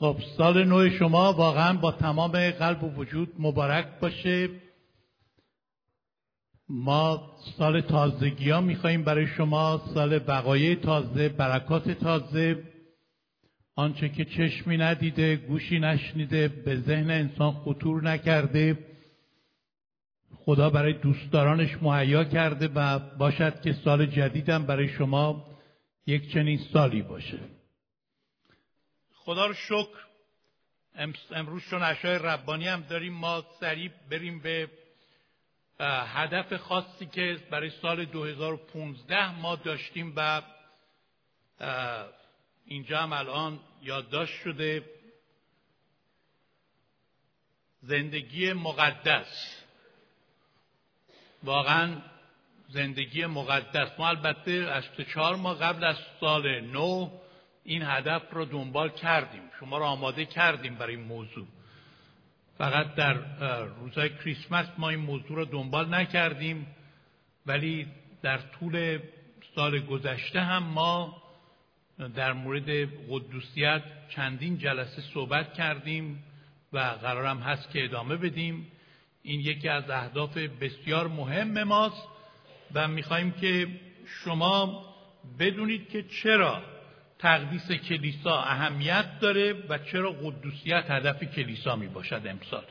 خب سال نو شما واقعا با تمام قلب و وجود مبارک باشه. ما سال تازگی ها میخواییم برای شما، سال وقایع تازه، برکات تازه، آنچه که چشمی ندیده، گوشی نشنیده، به ذهن انسان خطور نکرده، خدا برای دوستدارانش مهیا کرده و باشد که سال جدیدم برای شما یک چنین سالی باشه. خدا رو شکر امروز چون عشای ربانی هم داریم، ما سریع بریم به هدف خاصی که برای سال 2015 ما داشتیم و اینجا هم الان یادداشت شده: زندگی مقدس. واقعا زندگی مقدس. ما البته از 4 ماه قبل از سال نو این هدف رو دنبال کردیم، شما رو آماده کردیم برای این موضوع. فقط در روزهای کریسمس ما این موضوع رو دنبال نکردیم، ولی در طول سال گذشته هم ما در مورد قدوسیت چندین جلسه صحبت کردیم و قرارم هست که ادامه بدیم. این یکی از اهداف بسیار مهم ماست و میخواییم که شما بدونید که چرا تقدیس کلیسا اهمیت داره و چرا قدوسیت هدف کلیسا می باشد امسال.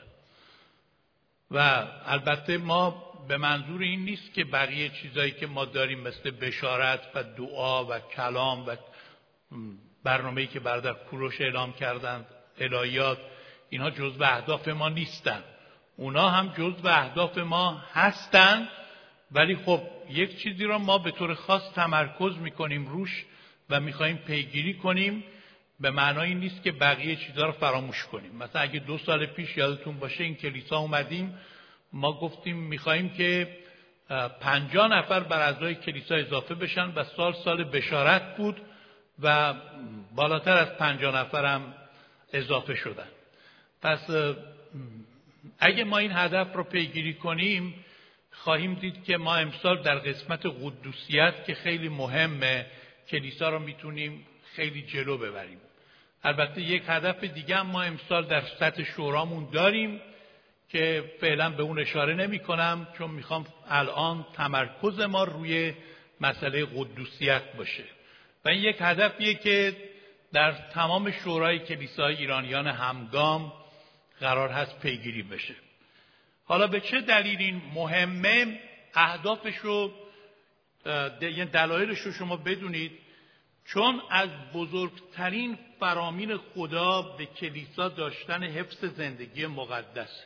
و البته ما به منظور این نیست که بقیه چیزایی که ما داریم مثل بشارت و دعا و کلام و برنامه‌ای که برادر کوروش اعلام کردند، الهیات، اینها جزو اهداف ما نیستن. اونا هم جزو اهداف ما هستن، ولی خب یک چیزی رو ما به طور خاص تمرکز میکنیم روش و میخواییم پیگیری کنیم. به معنای نیست که بقیه چیزها رو فراموش کنیم. مثلا اگه 2 سال پیش یادتون باشه این کلیسا اومدیم، ما گفتیم میخواییم که 50 نفر بر اعضای کلیسا اضافه بشن و سال بشارت بود و بالاتر از 50 نفر هم اضافه شدن. پس اگه ما این هدف رو پیگیری کنیم خواهیم دید که ما امسال در قسمت قدوسیت که خیلی مهمه کلیسا رو میتونیم خیلی جلو ببریم. البته یک هدف دیگه هم ما امسال در سطح شورامون داریم که فعلا به اون اشاره نمی کنم، چون میخوام الان تمرکز ما روی مسئله قدوسیت باشه و این یک هدفیه که در تمام شورای کلیسای ایرانیان همگام قرار هست پیگیری بشه. حالا به چه دلیل این مهمه؟ اهدافش رو، یعنی دلایلش رو شما بدونید. چون از بزرگترین فرامین خدا به کلیسا داشتن حفظ زندگی مقدس.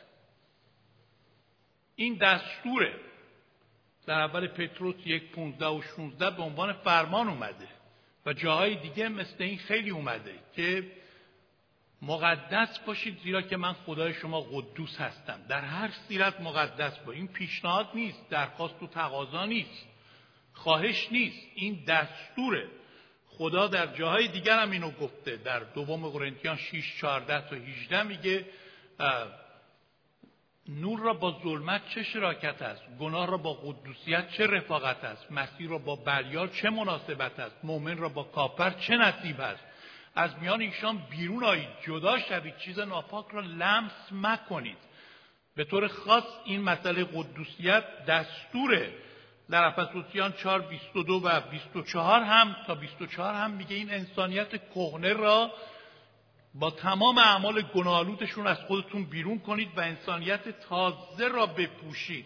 این دستوره. در اول پتروس 1:15 و 16 به عنوان فرمان اومده و جاهای دیگه مثل این خیلی اومده که مقدس باشید زیرا که من خدای شما قدوس هستم. در هر سیرت مقدس باشید. این پیشنهاد نیست، درخواست و تقاضا نیست، خواهش نیست، این دستوره. خدا در جاهای دیگر هم اینو گفته. در 2 قرنتیان 6:14 تا 18 میگه نور را با ظلمت چه شراکت است، گناه را با قدوسیت چه رفاقت است، مسیح را با بلیال چه مناسبت است، مؤمن را با کافر چه نصیب است. از میان ایشان بیرون آیید، جدا شوید، چیز ناپاک را لمس مکنید. به طور خاص این مسئله قدوسیت دستوره. در افسوسیان 4:22 و 24 هم تا 24 هم میگه این انسانیت کهنه را با تمام اعمال گناه‌آلودشون از خودتون بیرون کنید و انسانیت تازه را بپوشید.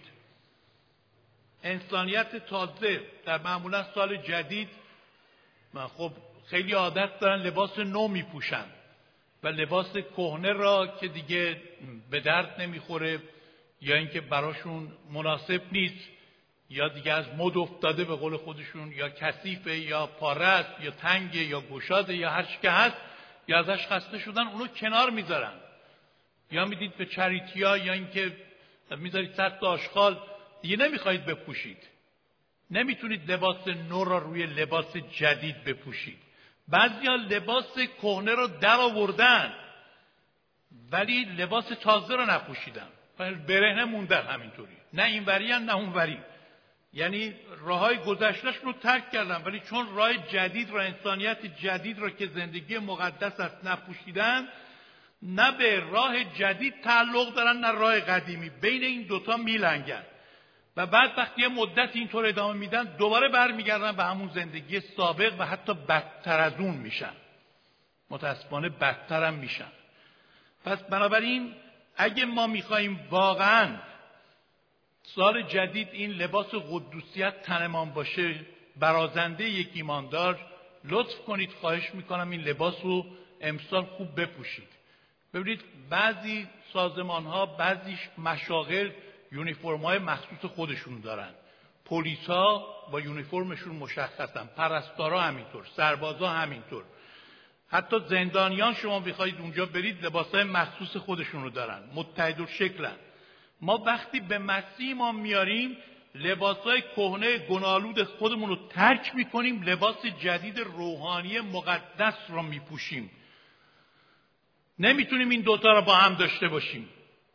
انسانیت تازه. در معمولا سال جدید خب خیلی عادت دارن لباس نو میپوشن و لباس کهنه را که دیگه به درد نمیخوره یا اینکه براشون مناسب نیست یا دیگه از مد افتاده به قول خودشون، یا کثیفه یا پاره است یا تنگه یا گشاده یا هر چی که هست، یا ازش خسته شدن، اونو کنار میذارن. یا میدید به چریتیا یا اینکه میذارید سطل آشغال، دیگه نمیخواید بپوشید. نمیتونید لباس نو را روی لباس جدید بپوشید. بعضیا لباس کهنه رو در آوردن ولی لباس تازه رو نپوشیدن، برهنه موندن همینطوری، نه اینوری نه اونوری. یعنی راههای گذشته‌اش رو ترک کردن ولی چون راه جدید را، انسانیت جدید را که زندگی مقدس است نپوشیدن، نه به راه جدید تعلق دارن نه راه قدیمی، بین این دوتا میلنگن و بعد وقتی یه مدت اینطور ادامه میدن دوباره برمیگردن به همون زندگی سابق و حتی بدتر از اون میشن، متاسفانه بدتر هم میشن. پس بنابراین اگه ما میخواییم واقعا سال جدید این لباس قدوسیت تنمان باشه، برازنده یک ایماندار، لطف کنید خواهش میکنم این لباس رو امسال خوب بپوشید. ببینید بعضی سازمان ها، بعضی مشاغل یونیفرم های مخصوص خودشون دارن، پلیس ها با یونیفرمشون مشخصن، پرستارا همینطور، سربازا همینطور، حتی زندانیان شما بخواید اونجا برید لباسای مخصوص خودشون رو دارن، متحدالشکلن. ما وقتی به مسیح ما میاریم لباسای کهنه گناه‌آلود خودمون رو ترک میکنیم، لباس جدید روحانی مقدس رو میپوشیم. نمیتونیم این دوتا رو با هم داشته باشیم.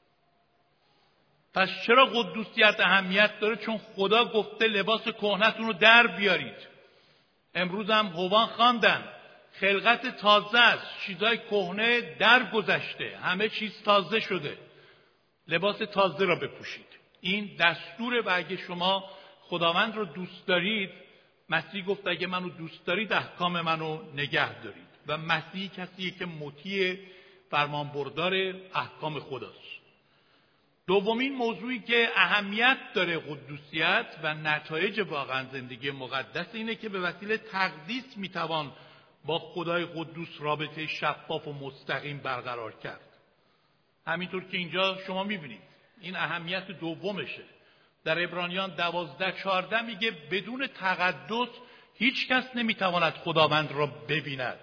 پس چرا قدوسیت اهمیت داره؟ چون خدا گفته لباس کهنه‌تون رو در بیارید. امروز هم هوان خواندن خلقت تازه است، چیزای کهنه در گذشته، همه چیز تازه شده، لباس تازه را بپوشید. این دستوره و اگه شما خداوند رو دوست دارید، مسیح گفت اگه منو دوست دارید احکام منو نگه دارید و مسیح کسیه که مطیع فرمانبردار احکام خداست. دومین موضوعی که اهمیت داره قدوسیت و نتایج واقعا زندگی مقدس اینه که به وسیله تقدیس میتوان با خدای قدوس رابطه شفاف و مستقیم برقرار کرد. همینطور که اینجا شما میبینید این اهمیت دومشه. در عبرانیان 12:14 میگه بدون تقدس هیچ کس نمیتواند خداوند را ببیند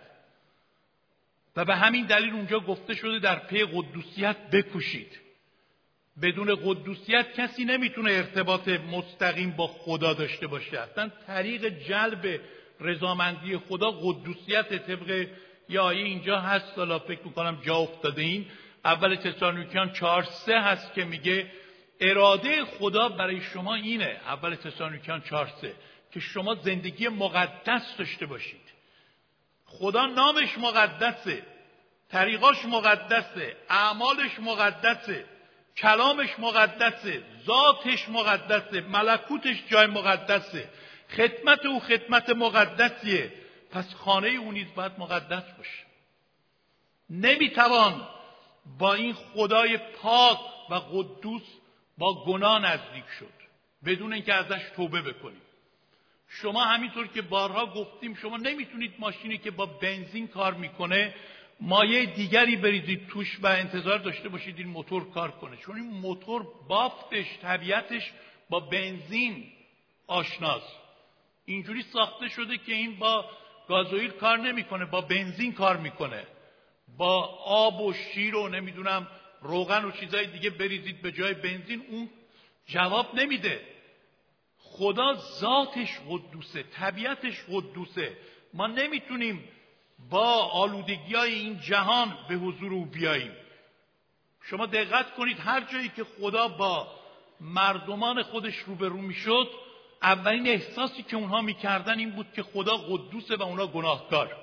و به همین دلیل اونجا گفته شده در پی قدوسیت بکوشید. بدون قدوسیت کسی نمیتونه ارتباط مستقیم با خدا داشته باشه. اصلا طریق جلب رضامندی خدا قدوسیت. طبق یه آیه اینجا هست، حالا فکر میکنم جا افتاده، این اول تسالونیکیان 4:3 هست که میگه اراده خدا برای شما اینه، اول تسالونیکیان 4:3، که شما زندگی مقدس داشته باشید. خدا نامش مقدسه، طریقاش مقدسه، اعمالش مقدسه، کلامش مقدسه، ذاتش مقدسه، ملکوتش جای مقدسه، خدمت او خدمت مقدسیه. پس خانه او نیز باید مقدس باشه. نمیتوان با این خدای پاک و قدوس با گناه نزدیک شد بدون اینکه ازش توبه بکنیم. شما همینطور که بارها گفتیم شما نمیتونید ماشینی که با بنزین کار میکنه مایع دیگری بریزید توش و انتظار داشته باشید این موتور کار کنه، چون این موتور بافتش، طبیعتش با بنزین آشناست. اینجوری ساخته شده که این با گازوئیل کار نمیکنه، با بنزین کار میکنه. با آب و شیر و نمیدونم روغن و چیزای دیگه بریزید به جای بنزین اون جواب نمیده. خدا ذاتش قدوسه، طبیعتش قدوسه. ما نمیتونیم با آلودگی‌های این جهان به حضور او بیاییم. شما دقت کنید هر جایی که خدا با مردمان خودش روبرو میشد، اولین احساسی که اونها میکردن این بود که خدا قدوسه و اونا گناهکار.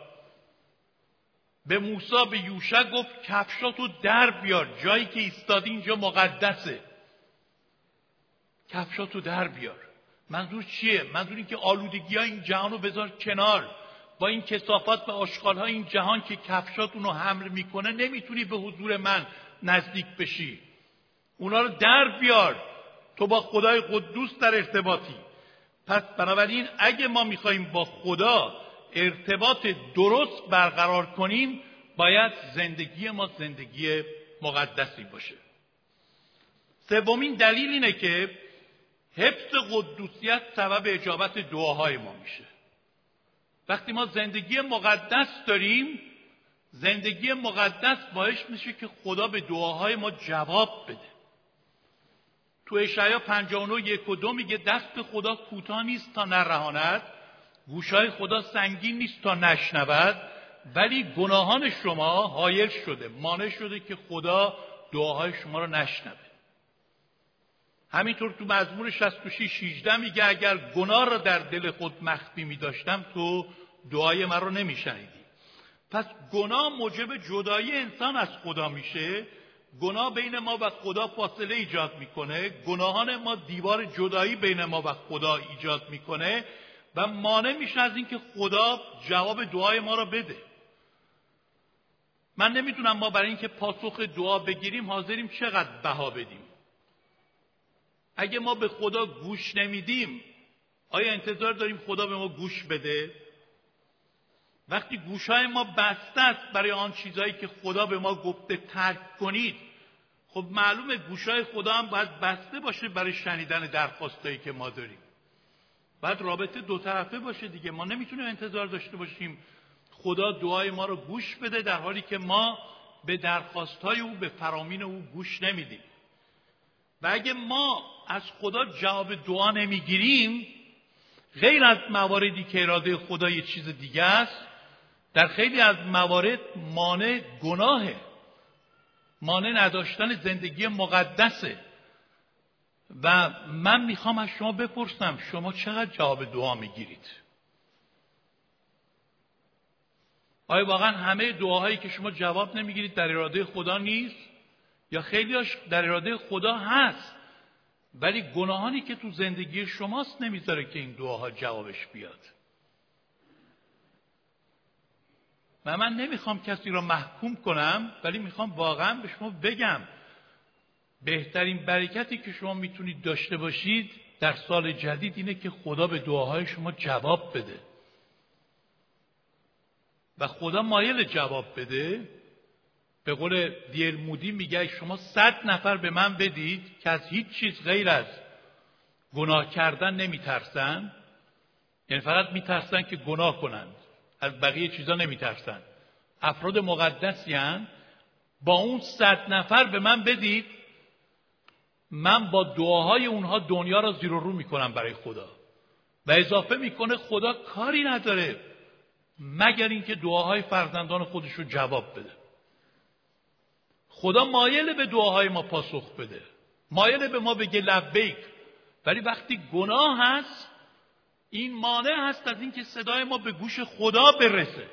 به موسی، به یوشع گفت کفشاتو در بیار، جایی که ایستادی اینجا مقدسه، کفشاتو در بیار. منظور چیه؟ منظور این که آلودگی‌های این جهان رو بذار کنار. با این کثافت و آشغال‌های این جهان که کفشاتون رو حمل میکنه نمیتونی به حضور من نزدیک بشی. اونا رو در بیار. تو با خدای قدوس در ارتباطی. پس بنابراین اگه ما میخواییم با خدا ارتباط درست برقرار کنیم باید زندگی ما زندگی مقدسی باشه. سومین دلیل اینه که حفظ قدوسیت سبب اجابت دعاهای ما میشه. وقتی ما زندگی مقدس داریم، زندگی مقدس باعث میشه که خدا به دعاهای ما جواب بده. تو اشعیا 59:1-2 میگه دست خدا کوتاه نیست تا نرهاند، گوشای خدا سنگین نیست تا نشنود، ولی گناهان شما حایل شده، مانع شده که خدا دعاهای شما رو نشنوه. همینطور تو مزمور 66:18 میگه اگر گناه را در دل خود مخفی می‌داشتم تو دعای من رو نمی‌شنیدی. پس گناه موجب جدایی انسان از خدا میشه. گناه بین ما و خدا فاصله ایجاد میکنه. گناهان ما دیوار جدایی بین ما و خدا ایجاد میکنه و مانع میشه از اینکه خدا جواب دعای ما را بده. من نمیدونم ما برای اینکه پاسخ دعا بگیریم حاضریم چقدر بها بدیم. اگه ما به خدا گوش نمیدیم، آیا انتظار داریم خدا به ما گوش بده؟ وقتی گوشای ما بسته است برای آن چیزهایی که خدا به ما گفته ترک کنید، خب معلومه گوشای خدا هم باید بسته باشه برای شنیدن درخواستایی که ما داریم. باید رابطه دو طرفه باشه دیگه. ما نمیتونیم انتظار داشته باشیم خدا دعای ما رو گوش بده در حالی که ما به درخواستهای او، به فرامین او گوش نمیدیم. و اگه ما از خدا جواب دعا نمیگیریم، غیر از مواردی که اراده خدا یه چیز دیگه است، در خیلی از موارد مانع گناهه، مانع نداشتن زندگی مقدسه. و من میخوام از شما بپرسم شما چقدر جواب دعا میگیرید؟ آیا واقعا همه دعاهایی که شما جواب نمیگیرید در اراده خدا نیست؟ یا خیلیاش در اراده خدا هست ولی گناهانی که تو زندگی شماست نمیذاره که این دعاها جوابش بیاد؟ و من نمیخوام کسی را محکوم کنم، ولی میخوام واقعا به شما بگم بهترین برکتی که شما میتونید داشته باشید در سال جدید اینه که خدا به دعاهای شما جواب بده. و خدا مایل جواب بده. به قول دیر مودی میگه شما 100 نفر به من بدید که از هیچ چیز غیر از گناه کردن نمیترسن، یعنی فقط میترسن که گناه کنند، از بقیه چیزا نمیترسن، افراد مقدسی هستند، با اون 100 نفر به من بدید، من با دعاهای اونها دنیا را زیر و رو میکنم برای خدا. و اضافه میکنه خدا کاری نداره مگر اینکه دعاهای فرزندان خودش رو جواب بده. خدا مایل به دعاهای ما پاسخ بده، مایل به ما بگه لبیک، ولی وقتی گناه هست این مانع هست از اینکه صدای ما به گوش خدا برسه.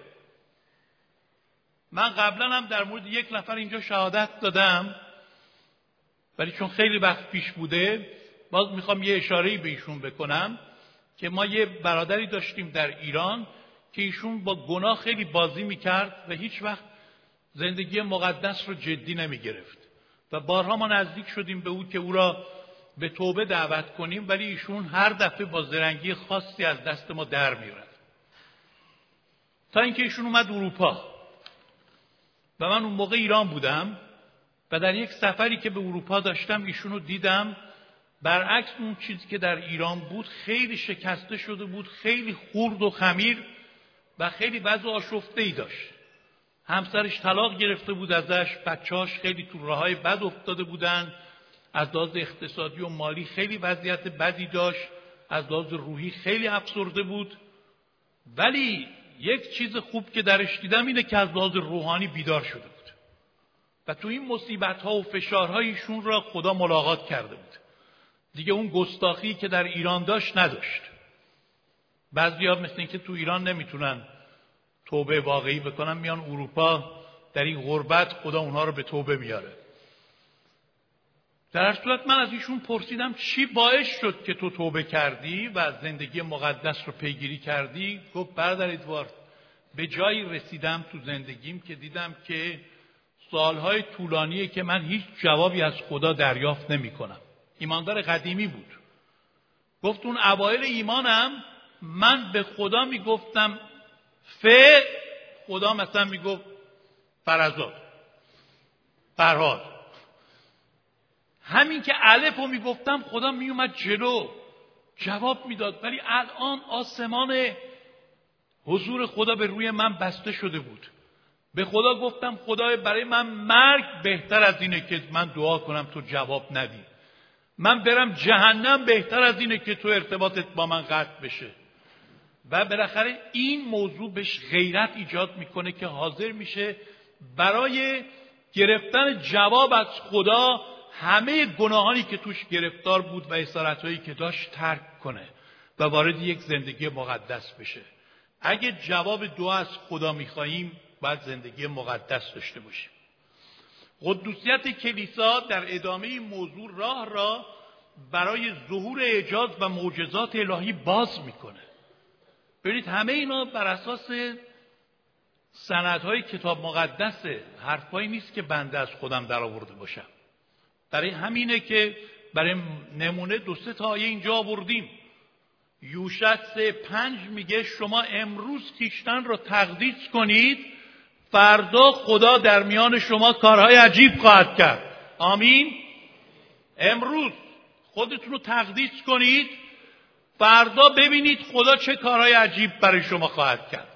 من قبلا هم در مورد یک نفر اینجا شهادت دادم، ولی چون خیلی وقت پیش بوده باز میخوام یه اشاره‌ای به ایشون بکنم که ما یه برادری داشتیم در ایران که ایشون با گناه خیلی بازی میکرد و هیچ وقت زندگی مقدس رو جدی نمیگرفت و بارها ما نزدیک شدیم به او که او را به توبه دعوت کنیم، ولی ایشون هر دفعه با زرنگی خاصی از دست ما در میرفت. تا اینکه ایشون اومد اروپا و من اون موقع ایران بودم و در یک سفری که به اروپا داشتم ایشون رو دیدم. برعکس اون چیزی که در ایران بود خیلی شکسته شده بود، خیلی خرد و خمیر و خیلی وضع آشفته‌ای داشت. همسرش طلاق گرفته بود ازش، بچه‌هاش خیلی تو راههای بد افتاده بودن، از لحاظ اقتصادی و مالی خیلی وضعیت بدی داشت، از لحاظ روحی خیلی افسرده بود. ولی یک چیز خوب که درش دیدم اینه که از لحاظ روحانی بیدار شده بود و تو این مصیبت‌ها و فشارهایشون را خدا ملاقات کرده بود. دیگه اون گستاخی که در ایران داشت نداشت. بعضی‌ها مثل این که تو ایران نمیتونن توبه واقعی بکنن، میان اروپا، در این غربت خدا اونها رو به توبه میاره. در هر صورت من از ایشون پرسیدم چی باعث شد که تو توبه کردی و زندگی مقدس رو پیگیری کردی؟ گفت برادر ادوارد به جایی رسیدم تو زندگیم که دیدم که سالهای طولانیه که من هیچ جوابی از خدا دریافت نمی کنم. ایماندار قدیمی بود. گفت اون اوایل ایمانم من به خدا می گفتم خدا مثلا می گفت فرزاد، فرهاد. همین که الف رو می گفتم خدا می اومد جلو جواب می داد. ولی الان آسمان حضور خدا به روی من بسته شده بود. به خدا گفتم خدای برای من مرگ بهتر از اینه که من دعا کنم تو جواب ندی. من برم جهنم بهتر از اینه که تو ارتباطت با من قطع بشه. و بالاخره این موضوع بهش غیرت ایجاد میکنه که حاضر میشه برای گرفتن جواب از خدا همه گناهانی که توش گرفتار بود و اسارتهایی که داشت ترک کنه و وارد یک زندگی مقدس بشه. اگه جواب دعا از خدا میخواییم باید زندگی مقدس داشته باشیم. قدوسیت کلیسا در ادامه این موضوع راه را برای ظهور اعجاز و معجزات الهی باز میکنه. ببینید همه اینا بر اساس سندهای کتاب مقدسه، حرفایی نیست که بنده از خودم در آورده باشم. برای همینه که برای نمونه 2-3 تا آیه اینجا آوردیم. یوشع 3:5 میگه شما امروز خویشتن را تقدیس کنید، فردا خدا در میان شما کارهای عجیب خواهد کرد. آمین. امروز خودتون رو تقدیس کنید، فردا ببینید خدا چه کارهای عجیب برای شما خواهد کرد.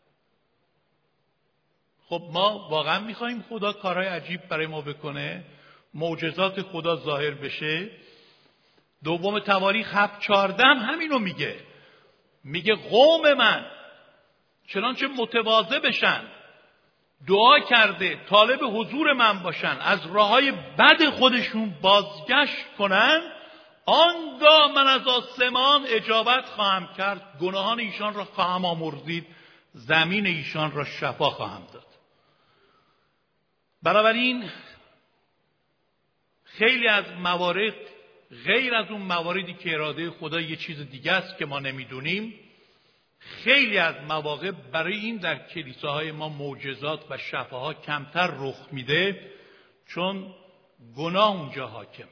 خب ما واقعا میخوایم خدا کارهای عجیب برای ما بکنه، معجزات خدا ظاهر بشه. دوم تواریخ 7:14 همینو میگه قوم من چنانچه متواضع بشن، دعا کرده طالب حضور من باشن، از راههای بد خودشون بازگشت کنن، آنگاه من از آسمان اجابت خواهم کرد، گناهان ایشان را خواهم آمرزید، زمین ایشان را شفا خواهم داد. بنابراین خیلی از موارد غیر از اون مواردی که اراده خدا یه چیز دیگه است که ما نمیدونیم، خیلی از مواقع برای این در کلیساهای ما معجزات و شفاها کمتر رخ میده، چون گناه اونجا حاکمه.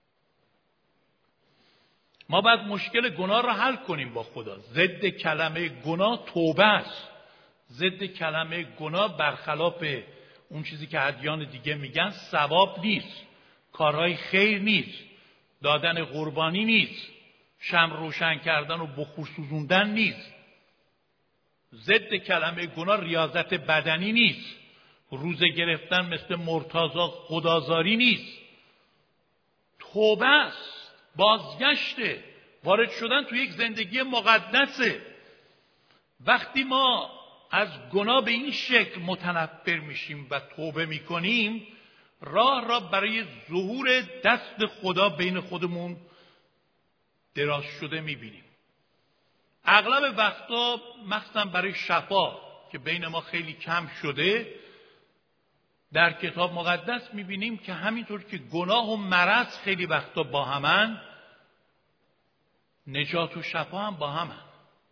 ما باید مشکل گناه را حل کنیم با خدا. ضد کلمه گناه توبه است. ضد کلمه گناه برخلاف اون چیزی که ادیان دیگه میگن ثواب نیست، کارهای خیر نیست، دادن قربانی نیست، شمع روشن کردن و بخور سوزوندن نیست. ضد کلمه گناه ریاضت بدنی نیست، روزه گرفتن مثل مرتضی خدازاری نیست. توبه است، بازگشته، وارد شدن تو یک زندگی مقدسه. وقتی ما از گناه به این شکل متنفر میشیم و توبه میکنیم، راه را برای ظهور دست خدا بین خودمون دراز شده میبینیم. اغلب وقتا مخصوصا برای شفا که بین ما خیلی کم شده، در کتاب مقدس میبینیم که همینطور که گناه و مرض خیلی وقتا با همن، نجات و شفا هم با همن.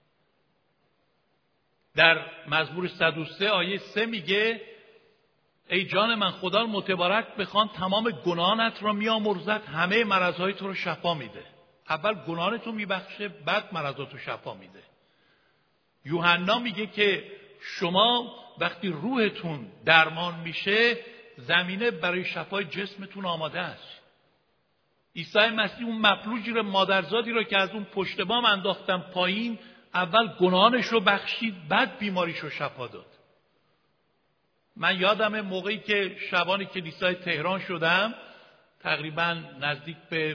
در مزمور 103 آیه 3 میگه ای جان من خدا رو متبارک بخوان، تمام گناهانت را میامرزد، همه مرضهای تو رو شفا میده. اول گناهانتو میبخشه، بعد مرضاتو شفا میده. یوحنا میگه که شما وقتی روحتون درمان میشه، زمینه برای شفای جسمتون آماده است. عیسی مسیح اون مفلوجی رو، مادرزادی رو که از اون پشت بام انداختن پایین، اول گناهانش رو بخشید، بعد بیماریش رو شفا داد. من یادم موقعی که شبان کلیسای تهران شدم، تقریبا نزدیک به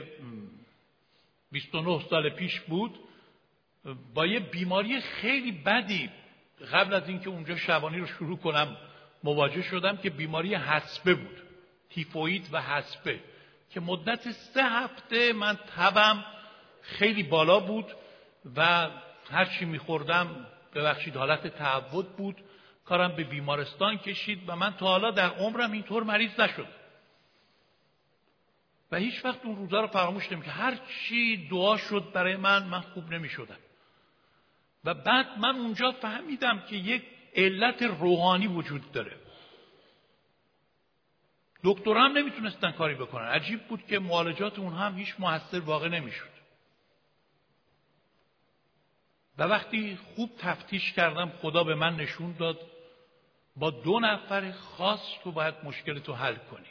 29 سال پیش بود، با یه بیماری خیلی بدی قبل از اینکه اونجا شبانی رو شروع کنم مواجه شدم که بیماری حصبه بود، تیفوئید و حصبه، که مدت 3 هفته من تبم خیلی بالا بود و هر چی میخوردم ببخشید حالت تعود بود، کارم به بیمارستان کشید و من تا حالا در عمرم اینطور مریض نشدم و هیچ وقت اون روزا رو فراموش نمی‌کنم که هر چی دعا شد برای من خوب نمی‌شدم. و بعد من اونجا فهمیدم که یک علت روحانی وجود داره. دکترها هم نمیتونستن کاری بکنن. عجیب بود که معالجات اون هم هیچ مؤثر واقع نمیشد. و وقتی خوب تفتیش کردم، خدا به من نشون داد با 2 نفر خاص تو باید مشکلتو حل کنی.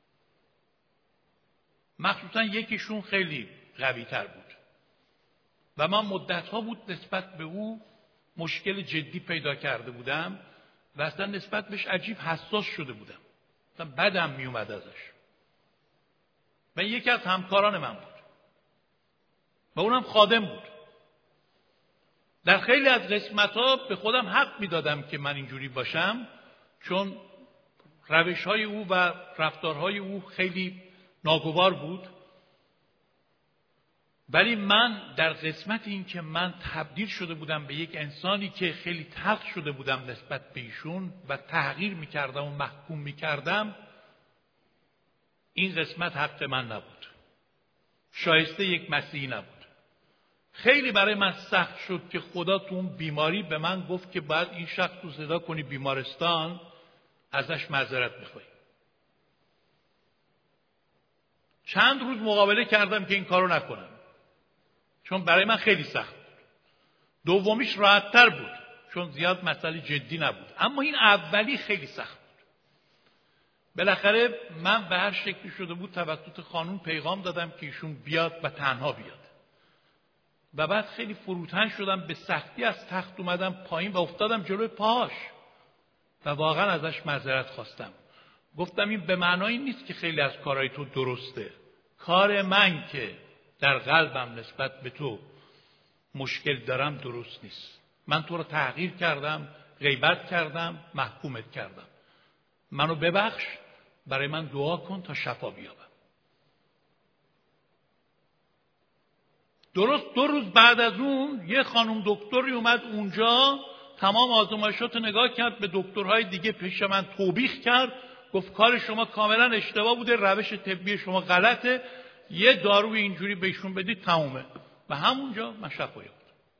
مخصوصا یکیشون خیلی قوی تر بود و من مدتها بود نسبت به او مشکل جدی پیدا کرده بودم و اصلا نسبت بهش عجیب حساس شده بودم، اصلا بدم می اومد ازش. و یکی از همکاران من بود و اونم خادم بود. در خیلی از قسمت‌ها به خودم حق میدادم که من اینجوری باشم، چون روش‌های او و رفتارهای او خیلی ناگوار بود. ولی من در قسمت این که من تبدیل شده بودم به یک انسانی که خیلی تلخ شده بودم نسبت به ایشون و تحقیر میکردم و محکوم میکردم، این قسمت حق من نبود، شایسته یک مسیحی نبود. خیلی برای من سخت شد که خدا تو اون بیماری به من گفت که باید این شخص رو صدا کنی بیمارستان، ازش معذرت بخوای. چند روز مقابله کردم که این کارو نکنم، چون برای من خیلی سخت بود. دومیش راحت‌تر بود چون زیاد مسئله جدی نبود، اما این اولی خیلی سخت بود. بالاخره من به هر شکلی شده بود توسط خانم پیغام دادم که ایشون بیاد و تنها بیاد. و بعد خیلی فروتن شدم، به سختی از تخت اومدم پایین و افتادم جلوی پاهاش و واقعا ازش معذرت خواستم. گفتم این به معنای نیست که خیلی از کارهای تو درسته، کار من که در قلبم نسبت به تو مشکل دارم درست نیست. من تو رو تحقیر کردم، غیبت کردم، محکومت کردم. منو ببخش، برای من دعا کن تا شفا بیابم. درست 2 روز بعد از اون یه خانم دکتری اومد اونجا، تمام آزمایشات نگاه کرد، به دکترهای دیگه پیش من توبیخ کرد، گفت کار شما کاملا اشتباه بوده، روش طبی شما غلطه، یه داروی اینجوری بهشون بدید تمومه. و همونجا من شفا یافتم.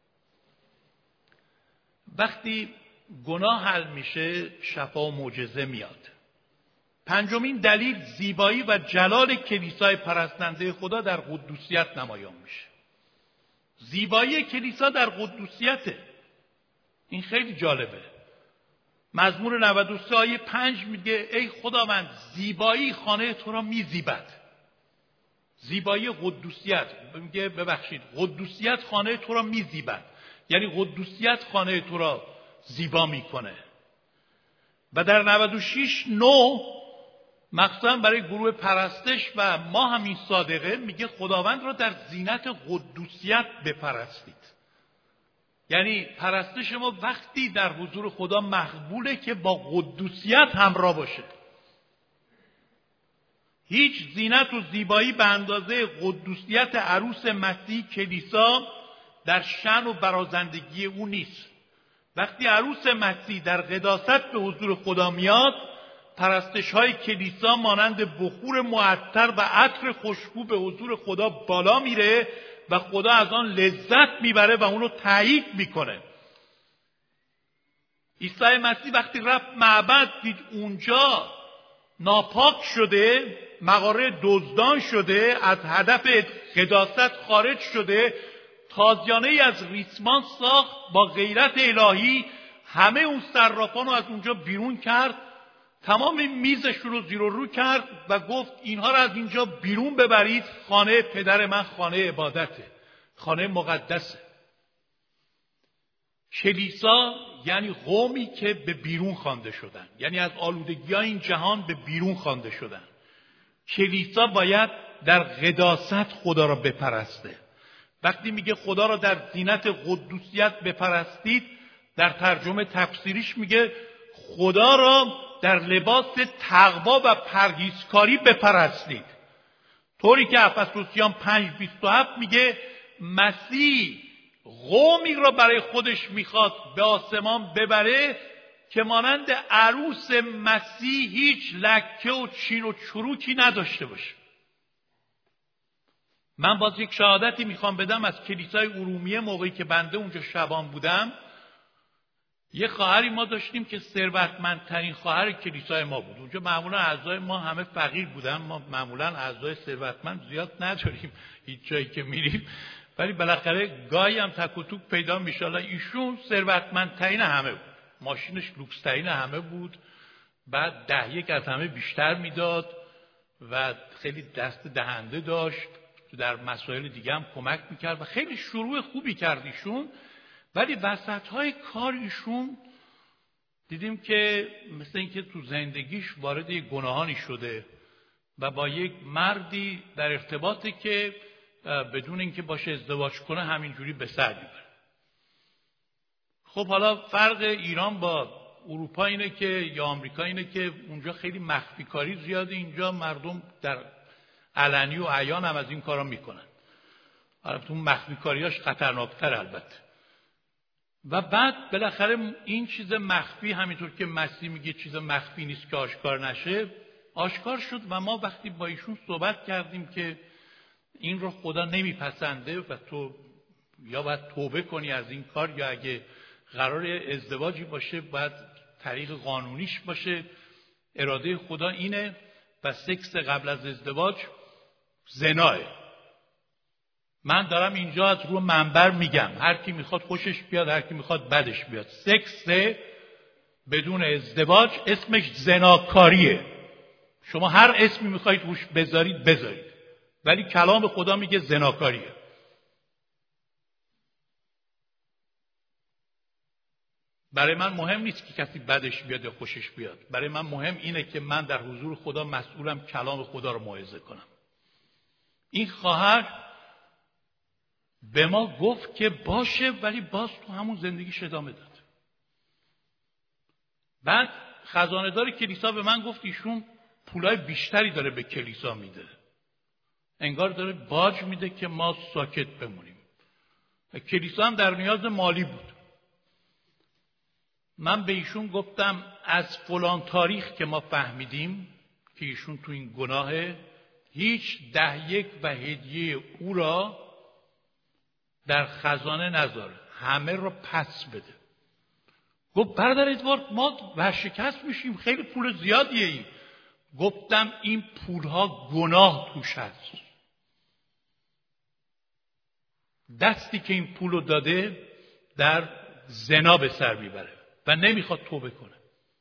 وقتی گناه حل میشه شفا و معجزه میاد. 5مین دلیل، زیبایی و جلال کلیسای پرستنده خدا در قدوسیت نمایان میشه. زیبایی کلیسا در قدوسیته. این خیلی جالبه. مزمور 93 آیه 5 میگه ای خداوند زیبایی خانه تو را میزیبد. زیبایی قدوسیت، میگه ببخشید قدوسیت خانه تو را میزیبد، یعنی قدوسیت خانه تو را زیبا میکنه. و در 96 مخصوصا برای گروه پرستش و ما همین صادقه میگه خداوند را در زینت قدوسیت بپرستید. یعنی پرستش ما وقتی در حضور خدا مقبوله که با قدوسیت همراه باشه. هیچ زینت و زیبایی به اندازه قدوسیت عروس مسیح کلیسا در شأن و برازندگی او نیست. وقتی عروس مسیح در قداست به حضور خدا میاد، پرستش های کلیسا مانند بخور معطر و عطر خوشبو به حضور خدا بالا میره و خدا از آن لذت میبره و اونو تایید میکنه. عیسی مسیح وقتی رفت معبد دید اونجا ناپاک شده، مغاره دزدان شده، از هدف قداست خارج شده، تازیانه ای از ریسمان ساخت، با غیرت الهی همه اون صرافان رو از اونجا بیرون کرد، تمام میزشون رو زیر و رو کرد و گفت اینها رو از اینجا بیرون ببرید، خانه پدر من خانه عبادته، خانه مقدسه. کلیسا یعنی قومی که به بیرون خوانده شدن، یعنی از آلودگی‌های این جهان به بیرون خوانده شدن. کلیسا باید در قداست خدا را بپرسته. وقتی میگه خدا را در زینت قدوسیت بپرستید، در ترجمه تفسیریش میگه خدا را در لباس تقوا و پرهیزکاری بپرستید. طوری که افسوسیان 5:27 میگه مسیح قومی را برای خودش میخواد به آسمان ببره که مانند عروس مسیح هیچ لکه و چین و چروکی نداشته باشه. من باز یک شهادتی میخوام بدم از کلیسای ارومیه. موقعی که بنده اونجا شبان بودم، یه خواهری ما داشتیم که ثروتمندترین خواهر کلیسای ما بود. اونجا معمولا اعضای ما همه فقیر بودن، ما معمولا اعضای ثروتمند زیاد نداریم هیچ جایی که میریم، ولی بالاخره گاهی هم تک و توک پیدا میشه. ایشون ثروتمندترین همه بود، ماشینش لوکس‌ترین همه بود، بعد 10 از همه بیشتر میداد و خیلی دست دهنده داشت، در مسائل دیگه هم کمک میکرد و خیلی شروع خوبی کرد ایشون. ولی وسط‌های کار ایشون دیدیم که مثل اینکه تو زندگیش وارد یک گناهانی شده و با یک مردی در ارتباطی که بدون اینکه باشه ازدواج کنه همینجوری به سر میبره. خب حالا فرق ایران با اروپا اینه که یا آمریکا اینه که اونجا خیلی مخفی کاری زیاده، اینجا مردم در علنی و عیان هم از این کارا میکنن. البته اون مخفی کاریاش خطرناکتر البته. و بعد بالاخره این چیز مخفی، همینطور که مسیح میگه چیز مخفی نیست که آشکار نشه، آشکار شد. و ما وقتی با ایشون صحبت کردیم که این رو خدا نمیپسنده و تو یا باید توبه کنی از این کار، یا اگه قرار ازدواجی باشه باید طریق قانونیش باشه، اراده خدا اینه و سکس قبل از ازدواج زناه. من دارم اینجا از رو منبر میگم، هر کی میخواد خوشش بیاد، هر کی میخواد بدش بیاد، سکس بدون ازدواج اسمش زناکاریه. شما هر اسمی میخواید روش بذارید، ولی کلام خدا میگه زناکاریه. برای من مهم نیست که کسی بدش بیاد یا خوشش بیاد. برای من مهم اینه که من در حضور خدا مسئولم کلام خدا رو موعظه کنم. این خواهر به ما گفت که باشه، ولی باز تو همون زندگیش ادامه داد. بعد خزانه‌دار کلیسا به من گفت ایشون پولای بیشتری داره به کلیسا میده، انگار داره باج میده که ما ساکت بمونیم. کلیسا هم در نیاز مالی بود. من به ایشون گفتم از فلان تاریخ که ما فهمیدیم که ایشون تو این گناهه، هیچ 10 و هدیه او را در خزانه نذار، همه را پس بده. گفت برادر ادوارد ما ورشکست میشیم، خیلی پول زیادیه این. گفتم این پولها گناه توش هست. دستی که این پولو داده در زنا به سر میبره و نمیخواد توبه کنه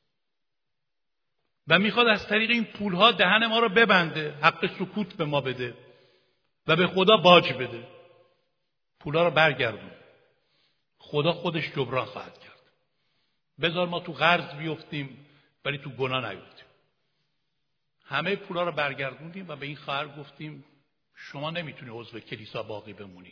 و میخواد از طریق این پولها دهن ما رو ببنده، حق سکوت به ما بده و به خدا باج بده. پولا رو برگردون، خدا خودش جبران خواهد کرد. بذار ما تو قرض بیفتیم ولی تو گناه نیفتیم. همه پولا رو برگردوندیم و به این خواهر گفتیم شما نمیتونی عضو کلیسا باقی بمونی.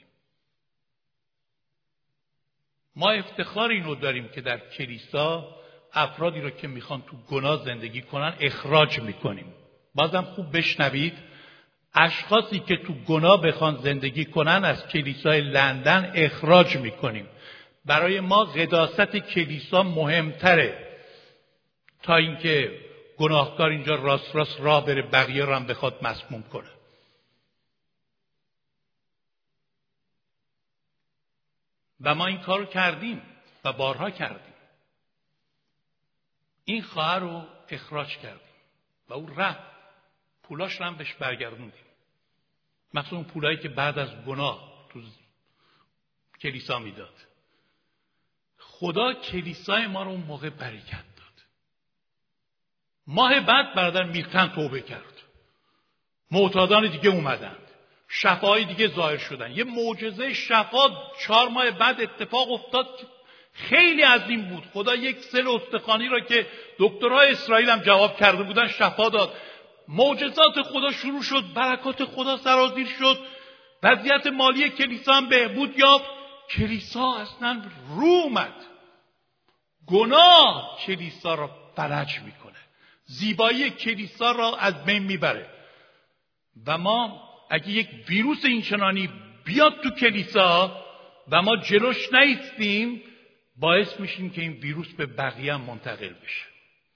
ما افتخار اینو داریم که در کلیسا افرادی رو که میخوان تو گناه زندگی کنن اخراج میکنیم. بازم خوب بشنوید، اشخاصی که تو گناه بخوان زندگی کنن از کلیسای لندن اخراج میکنیم. برای ما قداست کلیسا مهمتره تا اینکه گناهکار اینجا راست راه بره بقیه رو هم بخواد مسموم کنه. و ما این کار رو کردیم و بارها کردیم. این خواهر رو اخراج کردیم و او رفت، پولاش رو هم بهش برگردوندیم، مثلا اون پولایی که بعد از گناه تو کلیسا میداد. خدا کلیسای ما رو اون موقع برکت داد. ماه بعد برادر میلتن توبه کرد، معتادان دیگه اومدند، شفاهای دیگه ظاهر شدن. یه معجزه شفا 4 ماه بعد اتفاق افتاد. خیلی عظیم بود. خدا یک سل استخوانی را که دکترهای اسرائیل هم جواب کرده بودن شفا داد. معجزات خدا شروع شد، برکات خدا سرازیر شد، وضعیت مالی کلیسا هم بهبود یافت. کلیسا اصلا رو اومد. گناه کلیسا را فلج میکنه، زیبایی کلیسا را از بین میبره. و ما اگه یک ویروس اینچنانی بیاد تو کلیسا و ما جلوش نایستیم، باعث میشیم که این ویروس به بقیه هم منتقل بشه.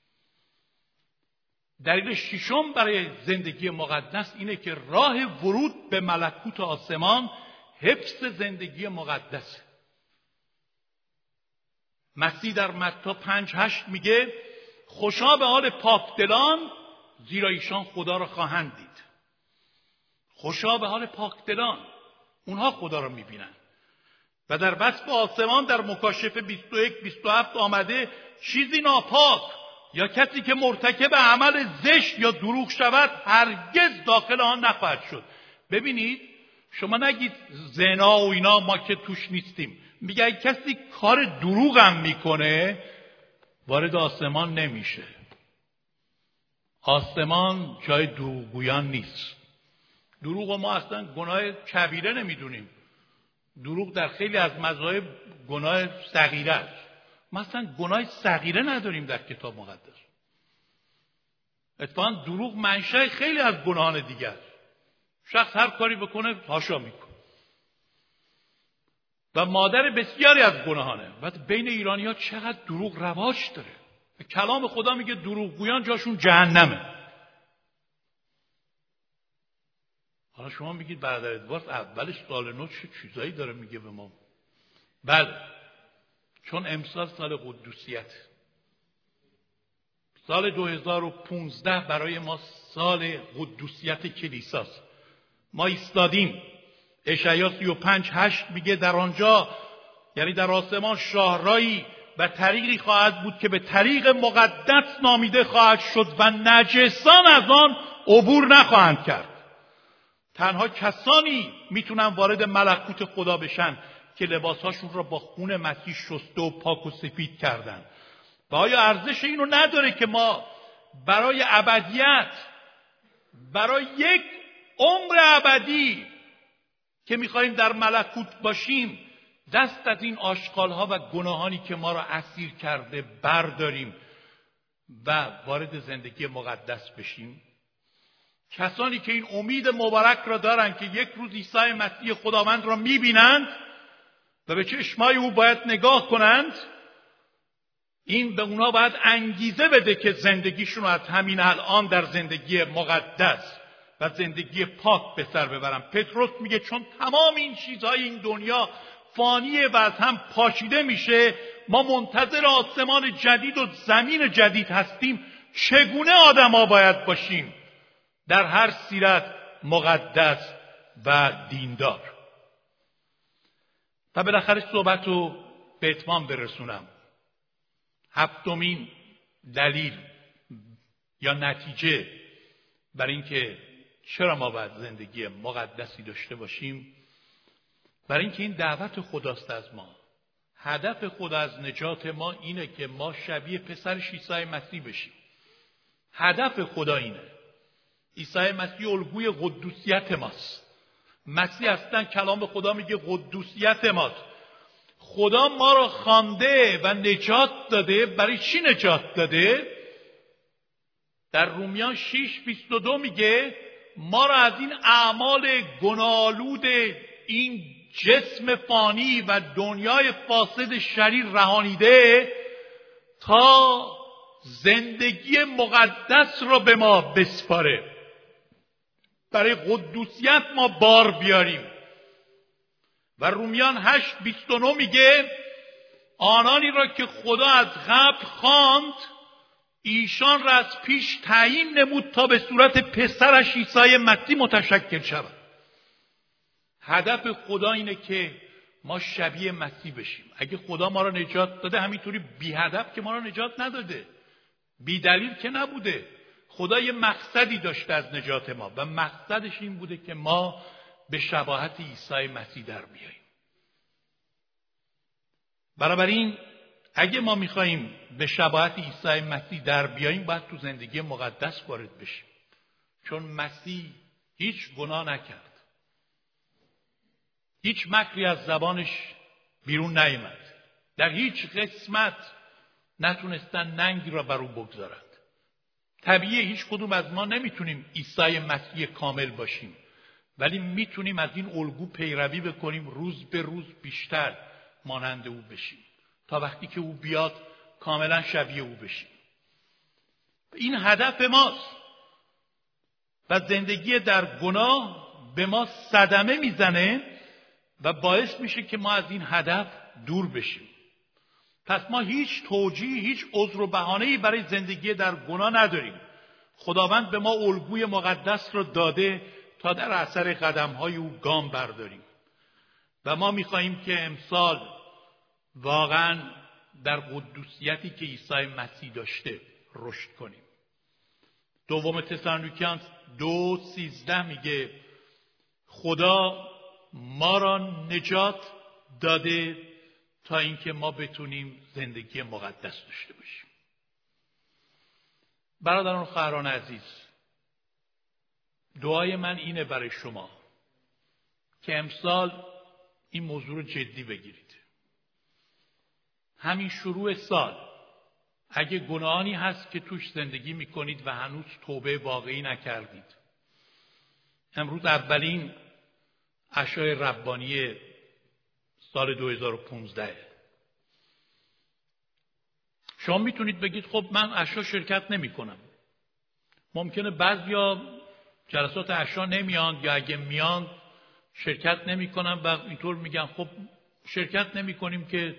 دلیل 6 برای زندگی مقدس اینه که راه ورود به ملکوت آسمان حفظ زندگی مقدسه. مسیح در متی 5:8 میگه خوشا به حال پاکدلان زیرا ایشان خدا را خواهند دید. خوشا به حال پاکدلان، اونها خدا را میبینن. و در وصف آسمان در مکاشفه 21-27 آمده چیزی ناپاک یا کسی که مرتکب عمل زشت یا دروغ شود هرگز داخل آن نخواهد شد. ببینید، شما نگید زنا و اینا ما که توش نیستیم. میگه کسی کار دروغ هم میکنه وارد آسمان نمیشه. آسمان جای دروغگویان نیست. دروغ ما اصلا گناه کبیره نمیدونیم. دروغ در خیلی از مذاهب گناه صغیره است. ما اصلا گناه صغیره نداریم در کتاب مقدس. اتفاقا دروغ منشأ خیلی از گناهان دیگه است. شخص هر کاری بکنه حاشا میکنه. و مادر بسیاری از گناهانه. و بین ایرانی‌ها چقدر دروغ رواج داره. کلام خدا میگه دروغگویان جاشون جهنمه. حالا شما میگید برادر ادوارد اولش سال نو چه چیزایی داره میگه به ما. بله، چون امسال سال قدوسیت، سال 2015 برای ما سال قدوسیت کلیساست. ما ایستادیم. اشعیا 35:8 میگه در آنجا، یعنی در آسمان، شاهرایی و طریقی خواهد بود که به طریق مقدس نامیده خواهد شد و نجسان از آن عبور نخواهند کرد. تنها کسانی میتونن وارد ملکوت خدا بشن که لباسهاشون را با خون مسیح شسته و پاک و سفید کردن. و آیا ارزش اینو نداره که ما برای ابدیت، برای یک عمر ابدی که میخوایم در ملکوت باشیم، دست از این آشغالها و گناهانی که ما را اسیر کرده برداریم و وارد زندگی مقدس بشیم؟ کسانی که این امید مبارک را دارن که یک روز عیسی مسیح خداوند را میبینند و به چشمای او باید نگاه کنند، این به اونا باید انگیزه بده که زندگیشون رو از همین الان در زندگی مقدس و زندگی پاک به سر ببرن. پتروس میگه چون تمام این چیزهای این دنیا فانیه و از هم پاشیده میشه، ما منتظر آسمان جدید و زمین جدید هستیم. چگونه آدما باید باشیم در هر سیرت مقدس و دیندار؟ تا بالاخره صحبت رو به اتمام برسونم. هفتمین دلیل یا نتیجه برای اینکه چرا ما باید زندگی مقدسی داشته باشیم، برای اینکه این دعوت خداست از ما. هدف خدا از نجات ما اینه که ما شبیه پسرش عیسی مسیح بشیم. هدف خدا اینه. عیسی مسیح الگوی قدوسیت ماست. مسیح اصلا کلام خدا میگه قدوسیت ماست. خدا ما را خوانده و نجات داده. برای چی نجات داده؟ در رومیان 6:22 میگه ما را از این اعمال گناه‌آلود این جسم فانی و دنیای فاسد شریر رهانیده تا زندگی مقدس را به ما بسپاره، برای قدوسیت ما بار بیاریم. و رومیان 8:29 میگه آنانی را که خدا از قبل خواند، ایشان را از پیش تعیین نمود تا به صورت پسرش عیسی مسیح متشکل شود. هدف خدا اینه که ما شبیه مسیح بشیم. اگه خدا ما را نجات داده همینطوری بی هدف که ما را نجات نداده، بی دلیل که نبوده. خدا یه مقصدی داشته از نجات ما و مقصدش این بوده که ما به شباهت عیسی مسیح در بیاییم. بنابراین اگه ما میخواییم به شباهت عیسی مسیح در بیاییم، باید تو زندگی مقدس وارد بشیم. چون مسیح هیچ گناه نکرد، هیچ مکری از زبانش بیرون نیامد، در هیچ قسمت نتونستن ننگی را بر او بگذارند. طبیعیه هیچ کدوم از ما نمیتونیم عیسی مسیح کامل باشیم، ولی میتونیم از این الگو پیروی بکنیم، روز به روز بیشتر مانند او بشیم تا وقتی که او بیاد کاملا شبیه او بشیم. این هدف ماست و زندگی در گناه به ما صدمه میزنه و باعث میشه که ما از این هدف دور بشیم. پس ما هیچ توجیه، هیچ عذر و بهانه‌ای برای زندگی در گناه نداریم. خداوند به ما الگوی مقدس رو داده تا در اثر قدم‌های او گام برداریم و ما می‌خواهیم که امسال واقعاً در قدوسیتی که عیسی مسیح داشته رشد کنیم. دوم تسالونیکیان 2:13 میگه خدا ما را نجات داده تا اینکه ما بتونیم زندگی مقدس داشته باشیم. برادران و خواهران عزیز، دعای من اینه برای شما که امسال این موضوع رو جدی بگیرید. همین شروع سال اگه گناهانی هست که توش زندگی میکنید و هنوز توبه واقعی نکردید، امروز اولین عشای ربانی سال 2015. شما میتونید بگید خب من عشا شرکت نمی کنم. ممکنه بعضیا جلسات عشا نمیان یا اگه میان شرکت نمی کنن و اینطور میگن خب شرکت نمی کنیم که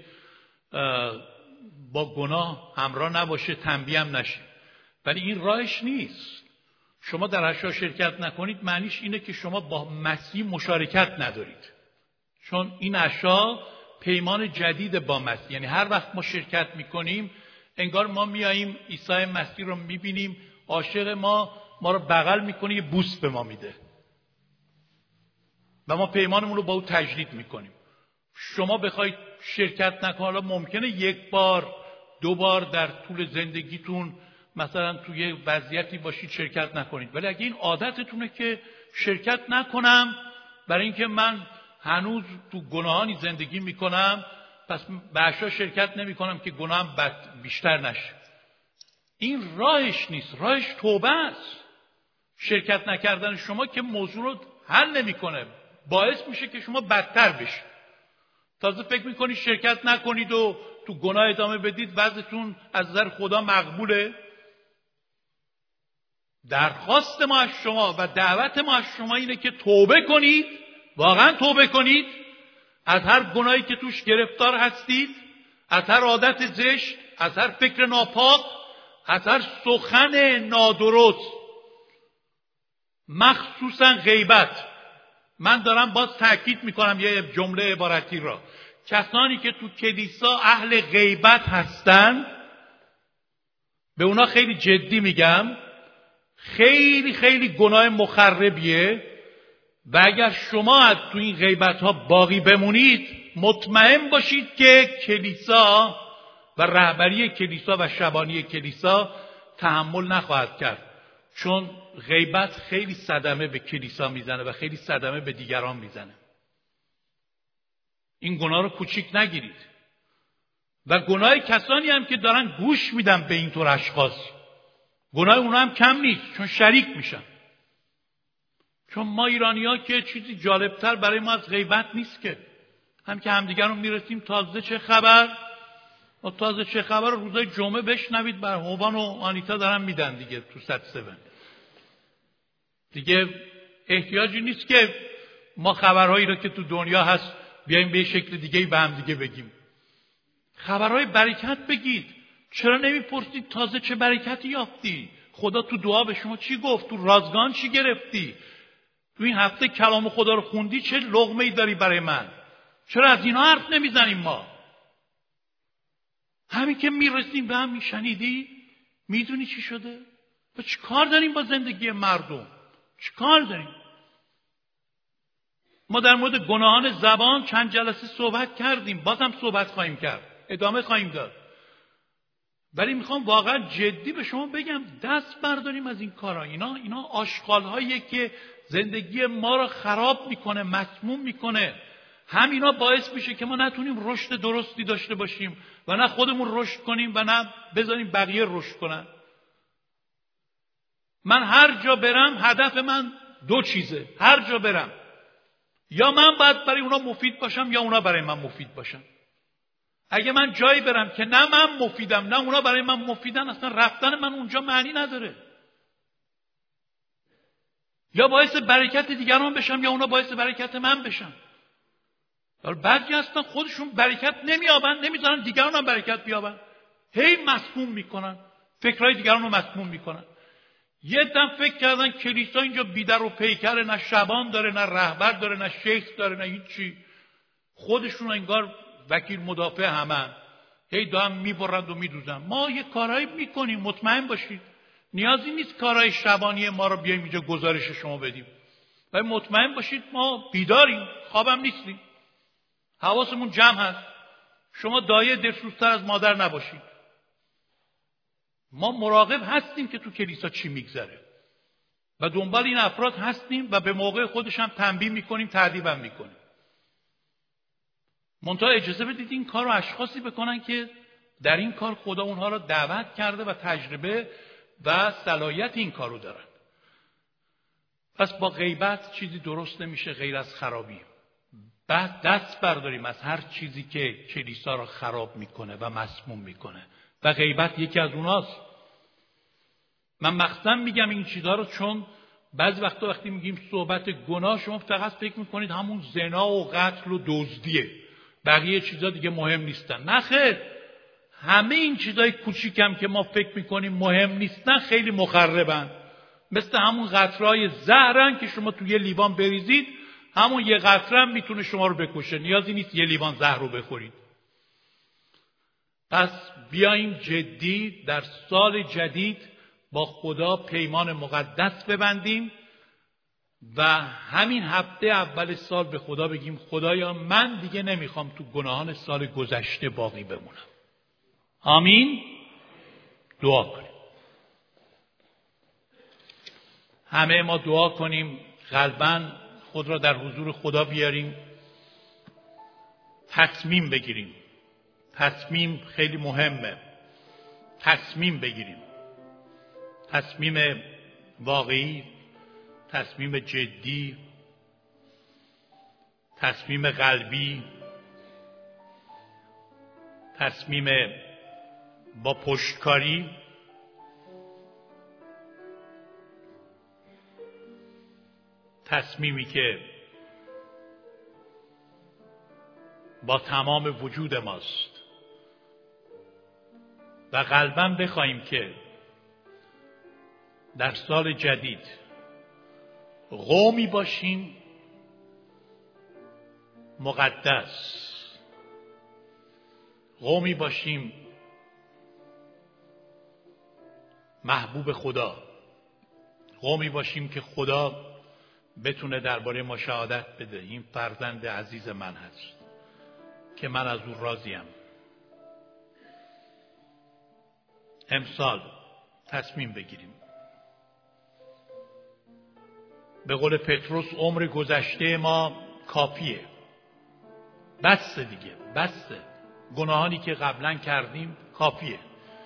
با گناه همراه نباشه، تنبیه هم نشه. ولی این راهش نیست. شما در عشا شرکت نکنید معنیش اینه که شما با مسیح مشارکت ندارید. چون این عشا پیمان جدید با مسیح، یعنی هر وقت ما شرکت میکنیم انگار ما میاییم عیسی مسیح رو میبینیم، عاشق ما رو بغل میکنه، یه بوس به ما میده و ما پیمانمون رو با او تجدید میکنیم. شما بخواید شرکت نکنید، حالا ممکنه یک بار دو بار در طول زندگیتون مثلا توی وضعیتی باشید شرکت نکنید، ولی اگه این عادتتونه که شرکت نکنم برای اینکه من هنوز تو گناهانی زندگی میکنم، پس به عشا شرکت نمیکنم که گناهم بیشتر نشه، این راهش نیست. راهش توبه است. شرکت نکردن شما که موضوع رو حل نمیکنه، باعث میشه که شما بدتر بشید. تازه فکر میکنید شرکت نکنید و تو گناه ادامه بدید وضعتون از نظر خدا مقبوله. درخواست ما از شما و دعوت ما از شما اینه که توبه کنید، واقعا توبه کنید از هر گناهی که توش گرفتار هستید، از هر عادت زشت، از هر فکر ناپاک، از هر سخن نادرست، مخصوصا غیبت. من دارم باز تأکید میکنم یه جمله عبارتی را. کسانی که تو کلیسا اهل غیبت هستن به اونا خیلی جدی میگم، خیلی خیلی گناه مخربیه و اگر شما تو این غیبت ها باقی بمونید مطمئن باشید که کلیسا و رهبری کلیسا و شبانی کلیسا تحمل نخواهد کرد، چون غیبت خیلی صدمه به کلیسا میزنه و خیلی صدمه به دیگران میزنه. این گناه رو کوچیک نگیرید. و گناه کسانی هم که دارن گوش میدن به اینطور اشخاص، گناه اونا هم کم نیست، چون شریک میشن. چون ما ایرانی‌ها که چیزی جالبتر برای ما از غیبت نیست که هم که همدیگر رو میرسیم تازه چه خبر، و تازه چه خبر روزای جمعه بشنوید بر هوبان و آنیتا دارن میدن دیگه تو 107. دیگه احتیاجی نیست که ما خبرهایی رو که تو دنیا هست بیایم به شکل دیگه به هم دیگه بگیم. خبرهای برکت بگید. چرا نمیپرسید تازه چه برکتی یافتی؟ خدا تو دعا به شما چی گفت؟ تو رازگان چی گرفتی؟ تو این هفته کلام خدا رو خوندی؟ چه لقمه‌ای داری برای من؟ چرا از اینا حرف نمیزنیم ما؟ همین که میرسیم به هم میشنیدی؟ میدونی چی شده؟ و چی کار داریم با زندگی مردم؟ چی کار داریم؟ ما در مورد گناهان زبان چند جلسه صحبت کردیم، بازم صحبت خواهیم کرد، ادامه خواهیم داد. ولی میخوام واقعا جدی به شما بگم دست برداریم از این کارها. اینا آشغال‌هاییه که زندگی ما رو خراب میکنه، مسموم میکنه. همینا باعث میشه که ما نتونیم رشد درستی داشته باشیم و نه خودمون رشد کنیم و نه بذاریم بقیه رشد کنن. من هر جا برم هدف من دو چیزه. هر جا برم یا من باید برای اونا مفید باشم یا اونا برای من مفید باشن. اگه من جایی برم که نه من مفیدم نه اونا برای من مفیدن، اصلا رفتن من اونجا معنی نداره. یا باعث برکت دیگران بشم یا اونا باعث برکت من بشن. بعضی هستن خودشون برکت نمیابن، نمیذارن دیگران هم برکت بیابن، هی مسموم میکنن، فکرهای دیگران رو مسموم میکنن. یه دم فکر کردن کلیسا اینجا بیدر و پیکره، نه شبان داره نه رهبر داره نه شیخ داره نه هیچی، خودشون انگار وکیل مدافع همن، هی دارن میبرند و میدوزن. ما یه کارهایی میکنیم، مطمئن باشید نیازی نیست کارهای شبانی ما رو بیایم اینجا گزارش شما بدیم، ولی مطمئن باشید ما بیداریم، خوابم نیستیم، حواسمون جمع هست. شما دایه دلسوزتر از مادر نباشید. ما مراقب هستیم که تو کلیسا چی میگذره و دنبال این افراد هستیم و به موقع خودش هم تنبیه میکنیم، تعدیبم میکنیم. منتها اجازه بدید این کار رو اشخاصی بکنن که در این کار خدا اونها رو دعوت کرده و تجربه و صلاحیت این کار رو دارن. پس با غیبت چیزی درست نمیشه غیر از خرابی. بعد دست برداریم از هر چیزی که کلیسا را خراب میکنه و مسموم میکنه و غیبت یکی از اوناست. من مخصوصا میگم این چیزها رو چون بعضی وقتی میگیم صحبت گناه، شما فقط فکر میکنید همون زنا و قتل و دزدیه، بقیه چیزا دیگه مهم نیستن. نه خیر، همه این چیزای کوچیکم که ما فکر میکنیم مهم نیستن خیلی مخربن. مثل همون قطرهای زهرن که شما توی یه لیوان بریزید، همون یه قطره هم میتونه شما رو بکشه، نیازی نیست یه لیوان زهر رو بخورید. پس بیاییم جدی در سال جدید با خدا پیمان مقدس ببندیم و همین هفته اول سال به خدا بگیم خدایا من دیگه نمیخوام تو گناهان سال گذشته باقی بمونم. آمین. دعا کنیم. همه ما دعا کنیم، قلباً خود را در حضور خدا بیاریم، تصمیم بگیریم. تصمیم خیلی مهمه. تصمیم بگیریم، تصمیم واقعی، تصمیم جدی، تصمیم قلبی، تصمیم با پشتکاری، تصمیمی که با تمام وجود ماست و قلباً بخوایم که در سال جدید قومی باشیم مقدس، قومی باشیم محبوب خدا، قومی باشیم که خدا بتونه درباره ما شهادت بده این فرزند عزیز من هست که من از او راضیم. امسال تصمیم بگیریم. به قول پتروس عمر گذشته ما کافیه، بسه دیگه، بسه. گناهانی که قبلا کردیم کافیه،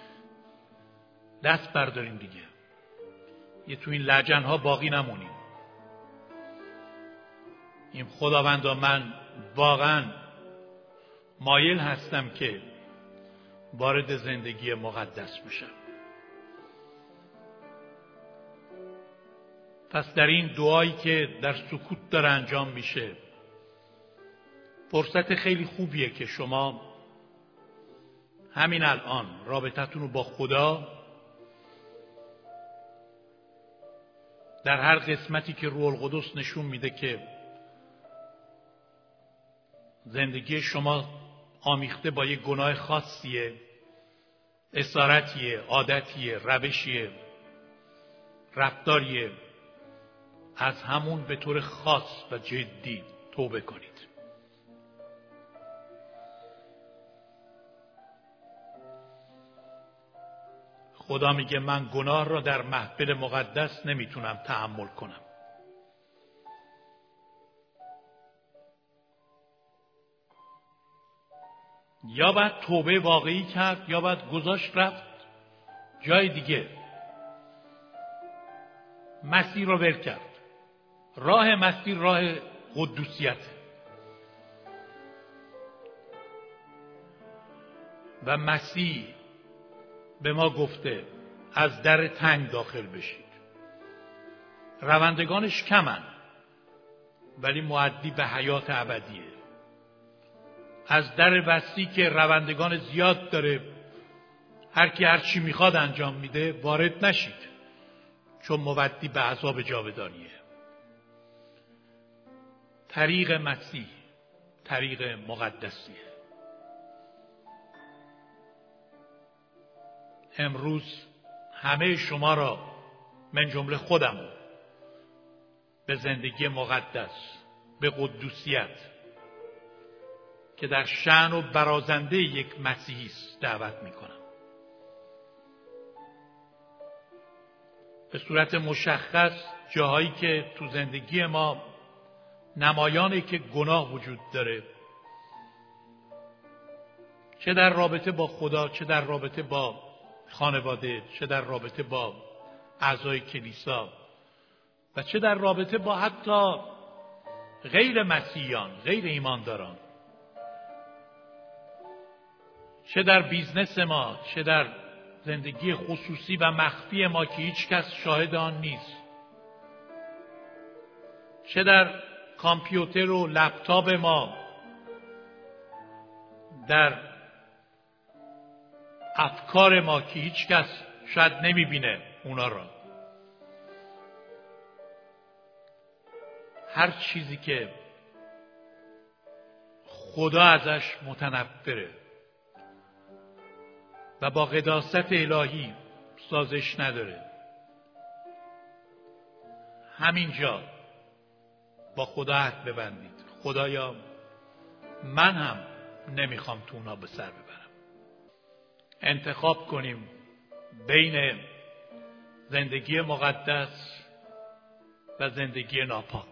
دست برداریم دیگه، یه تو این لجنها باقی نمونیم. این خداوندا من واقعا مایل هستم که وارد زندگی مقدس بشم. پس در این دعایی که در سکوت داره انجام میشه، فرصت خیلی خوبیه که شما همین الان رابطتون رو با خدا در هر قسمتی که روح القدس نشون میده که زندگی شما آمیخته با یک گناه خاصیه، اسارتیه، عادتیه، روشیه، رفتاریه، از همون به طور خاص و جدی توبه کنید. خدا میگه من گناه را در محفل مقدس نمیتونم تحمل کنم. یا باید توبه واقعی کرد یا باید گذاشت رفت جای دیگه، مسیر رو ول کرد. راه مسیر راه قدوسیت و مسیح به ما گفته از در تنگ داخل بشید. روندگانش کمن ولی مؤدی به حیات ابدیه. از در وسیع که روندگان زیاد داره، هر کی هر چی میخواد انجام میده، وارد نشید، چون مودی به عذاب جاودانیه. طریق مسیح طریق مقدسیه. امروز همه شما را من جمله خودم به زندگی مقدس، به قدوسیت که در شأن و برازنده یک مسیحی است دعوت میکنم. به صورت مشخص جاهایی که تو زندگی ما نمایانه که گناه وجود داره، چه در رابطه با خدا، چه در رابطه با خانواده، چه در رابطه با اعضای کلیسا و چه در رابطه با حتی غیر مسیحیان، غیر ایمانداران، چه در بیزنس ما، چه در زندگی خصوصی و مخفی ما که هیچ کس شاهد آن نیست، چه در کامپیوتر و لپتاپ ما، در افکار ما که هیچ کس شاید نمیبینه اونا را. هر چیزی که خدا ازش متنفره و با قداست الهی سازش نداره، همینجا با خدا عهد ببندید: خدایا من هم نمیخوام تو اونا به سر ببرم. انتخاب کنیم بین زندگی مقدس و زندگی ناپاک.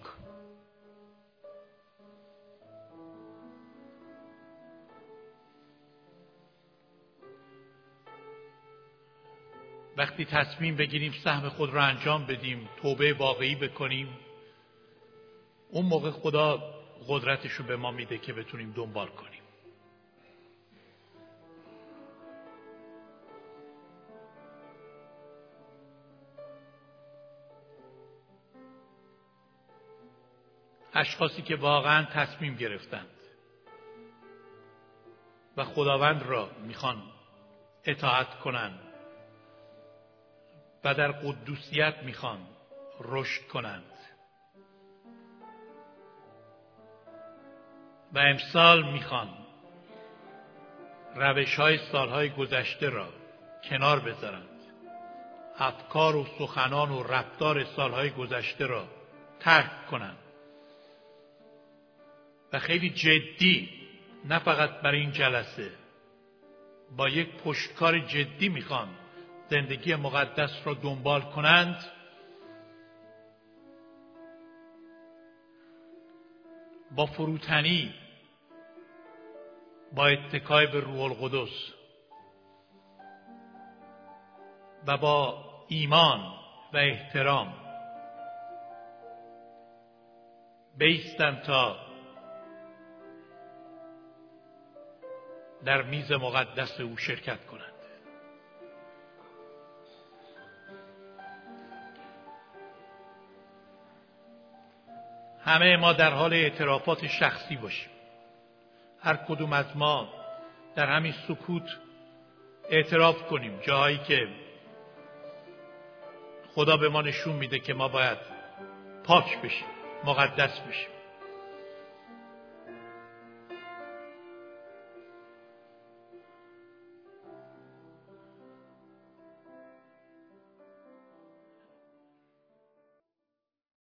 وقتی تصمیم بگیریم سهم خود را انجام بدیم، توبه واقعی بکنیم، اون موقع خدا قدرتش رو به ما میده که بتونیم دنبال کنیم. اشخاصی که واقعا تصمیم گرفتند و خداوند را میخوان اطاعت کنند و در قدوسیت میخوان رشد کنند و امسال میخوان روش‌های سالهای گذشته را کنار بذارند، افکار و سخنان و رفتار سالهای گذشته را ترک کنند و خیلی جدی، نه فقط برای این جلسه، با یک پشتکار جدی میخوان زندگی مقدس را دنبال کنند، با فروتنی، با اتکای به روح القدس و با ایمان و احترام بایستند تا در میز مقدس او شرکت کنند. همه ما در حال اعترافات شخصی باشیم. هر کدوم از ما در همین سکوت اعتراف کنیم جاهایی که خدا به ما نشون میده که ما باید پاک بشیم، مقدس بشیم.